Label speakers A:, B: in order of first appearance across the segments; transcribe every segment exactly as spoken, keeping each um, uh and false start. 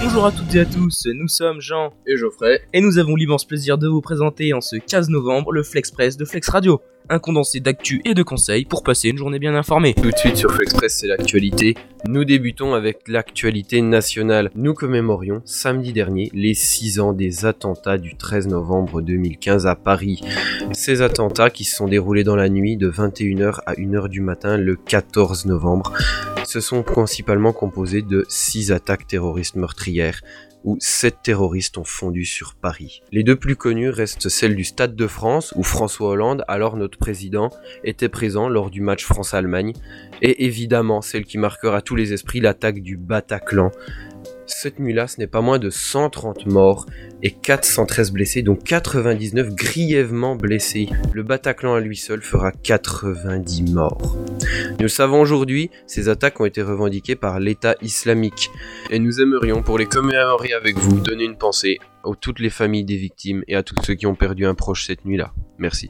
A: Bonjour à toutes et à tous, nous sommes Jean
B: et Geoffrey
A: et nous avons l'immense plaisir de vous présenter en ce quinze novembre le Flexpress de Flex Radio. Un condensé d'actu et de conseils pour passer une journée bien informée.
B: Tout de suite sur Flexpress, c'est l'actualité. Nous débutons avec l'actualité nationale. Nous commémorions samedi dernier les six ans des attentats du treize novembre deux mille quinze à Paris. Ces attentats qui se sont déroulés dans la nuit de vingt et une heures à une heure du matin le quatorze novembre se sont principalement composés de six attaques terroristes meurtrières, où sept terroristes ont fondu sur Paris. Les deux plus connues restent celles du Stade de France, où François Hollande, alors notre président, était présent lors du match France-Allemagne, et évidemment celle qui marquera tous les esprits, l'attaque du Bataclan. Cette nuit-là, ce n'est pas moins de cent trente morts et quatre cent treize blessés, dont quatre-vingt-dix-neuf grièvement blessés. Le Bataclan à lui seul fera quatre-vingt-dix morts. Nous le savons aujourd'hui, ces attaques ont été revendiquées par l'État islamique. Et nous aimerions, pour les commémorer avec vous, donner une pensée à toutes les familles des victimes et à tous ceux qui ont perdu un proche cette nuit-là. Merci.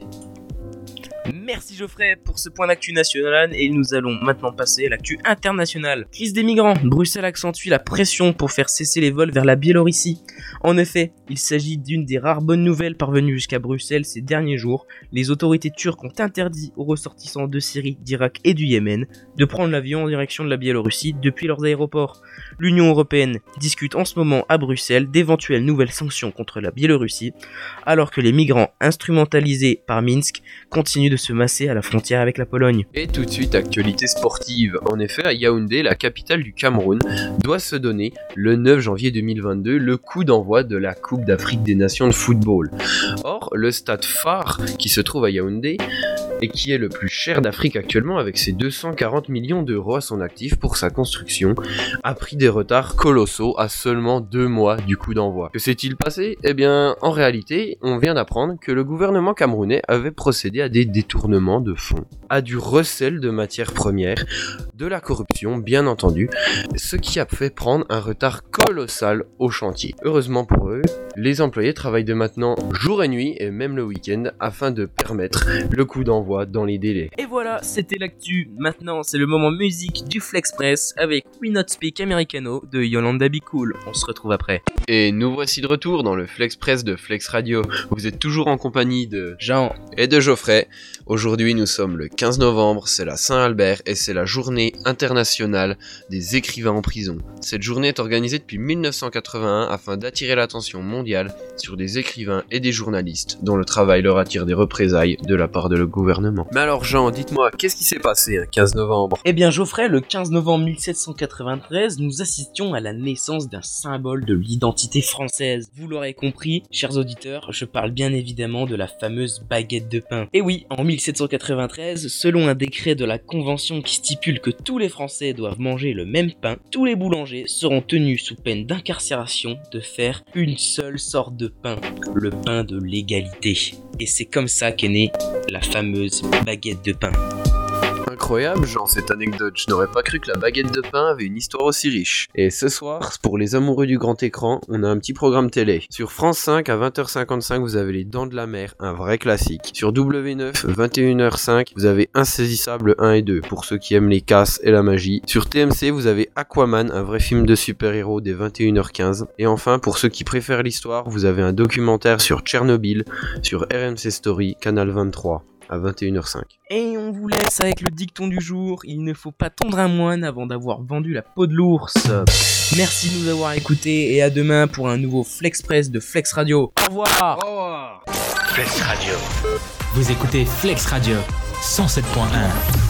A: Merci Geoffrey pour ce point d'actu national et nous allons maintenant passer à l'actu internationale. Crise des migrants. Bruxelles accentue la pression pour faire cesser les vols vers la Biélorussie. En effet, il s'agit d'une des rares bonnes nouvelles parvenues jusqu'à Bruxelles ces derniers jours. Les autorités turques ont interdit aux ressortissants de Syrie, d'Irak et du Yémen de prendre l'avion en direction de la Biélorussie depuis leurs aéroports. L'Union européenne discute en ce moment à Bruxelles d'éventuelles nouvelles sanctions contre la Biélorussie, alors que les migrants instrumentalisés par Minsk continuent de se masser à la frontière avec la Pologne.
B: Et tout de suite, actualité sportive. En effet, à Yaoundé, la capitale du Cameroun, doit se donner le neuf janvier deux mille vingt-deux le coup d'envoi de la Coupe d'Afrique des Nations de football. Or, le stade phare qui se trouve à Yaoundé et qui est le plus cher d'Afrique actuellement avec ses deux cent quarante millions d'euros à son actif pour sa construction, a pris des retards colossaux à seulement deux mois du coup d'envoi. Que s'est-il passé ? Eh bien, en réalité, on vient d'apprendre que le gouvernement camerounais avait procédé à des détournements de fonds, à du recel de matières premières, de la corruption bien entendu, ce qui a fait prendre un retard colossal au chantier. Heureusement pour eux, les employés travaillent de maintenant jour et nuit et même le week-end afin de permettre le coup d'envoi dans les délais.
A: Et voilà, c'était l'actu. Maintenant, c'est le moment musique du Flexpress avec We Not Speak Americano de Yolanda Be Cool. On se retrouve après.
B: Et nous voici de retour dans le Flexpress de Flex Radio. Vous êtes toujours en compagnie de
A: Jean
B: et de Geoffrey. Aujourd'hui, nous sommes le quinze novembre, c'est la Saint-Albert et c'est la journée internationale des écrivains en prison. Cette journée est organisée depuis mille neuf cent quatre-vingt-un afin d'attirer l'attention mondiale sur des écrivains et des journalistes dont le travail leur attire des représailles de la part de le gouvernement. Mais alors Jean, dites-moi, qu'est-ce qui s'est passé le quinze novembre ?
A: Eh bien Geoffrey, le quinze novembre mille sept cent quatre-vingt-treize, nous assistions à la naissance d'un symbole de l'identité française. Vous l'aurez compris, chers auditeurs, je parle bien évidemment de la fameuse baguette de pain. Et oui, en mille sept cent quatre-vingt-treize, selon un décret de la Convention qui stipule que tous les Français doivent manger le même pain, tous les boulangers seront tenus sous peine d'incarcération de faire une seule sorte de pain, le pain de l'égalité. Et c'est comme ça qu'est née la fameuse baguette de pain.
B: Incroyable, Jean, cette anecdote. Je n'aurais pas cru que la baguette de pain avait une histoire aussi riche. Et ce soir, pour les amoureux du grand écran, on a un petit programme télé. Sur France cinq, à vingt heures cinquante-cinq, vous avez Les Dents de la Mer, un vrai classique. Sur W neuf, vingt et une heures cinq, vous avez Insaisissable un et deux, pour ceux qui aiment les casses et la magie. Sur T M C, vous avez Aquaman, un vrai film de super-héros dès vingt et une heures quinze. Et enfin, pour ceux qui préfèrent l'histoire, vous avez un documentaire sur Tchernobyl, sur R M C Story, Canal vingt-trois. À vingt et une heures cinq.
A: Et on vous laisse avec le dicton du jour, il ne faut pas tondre un moine avant d'avoir vendu la peau de l'ours. Merci de nous avoir écoutés et à demain pour un nouveau Flexpress de Flex Radio. Au revoir.
B: Au revoir.
C: Flex Radio. Vous écoutez Flex Radio cent sept point un.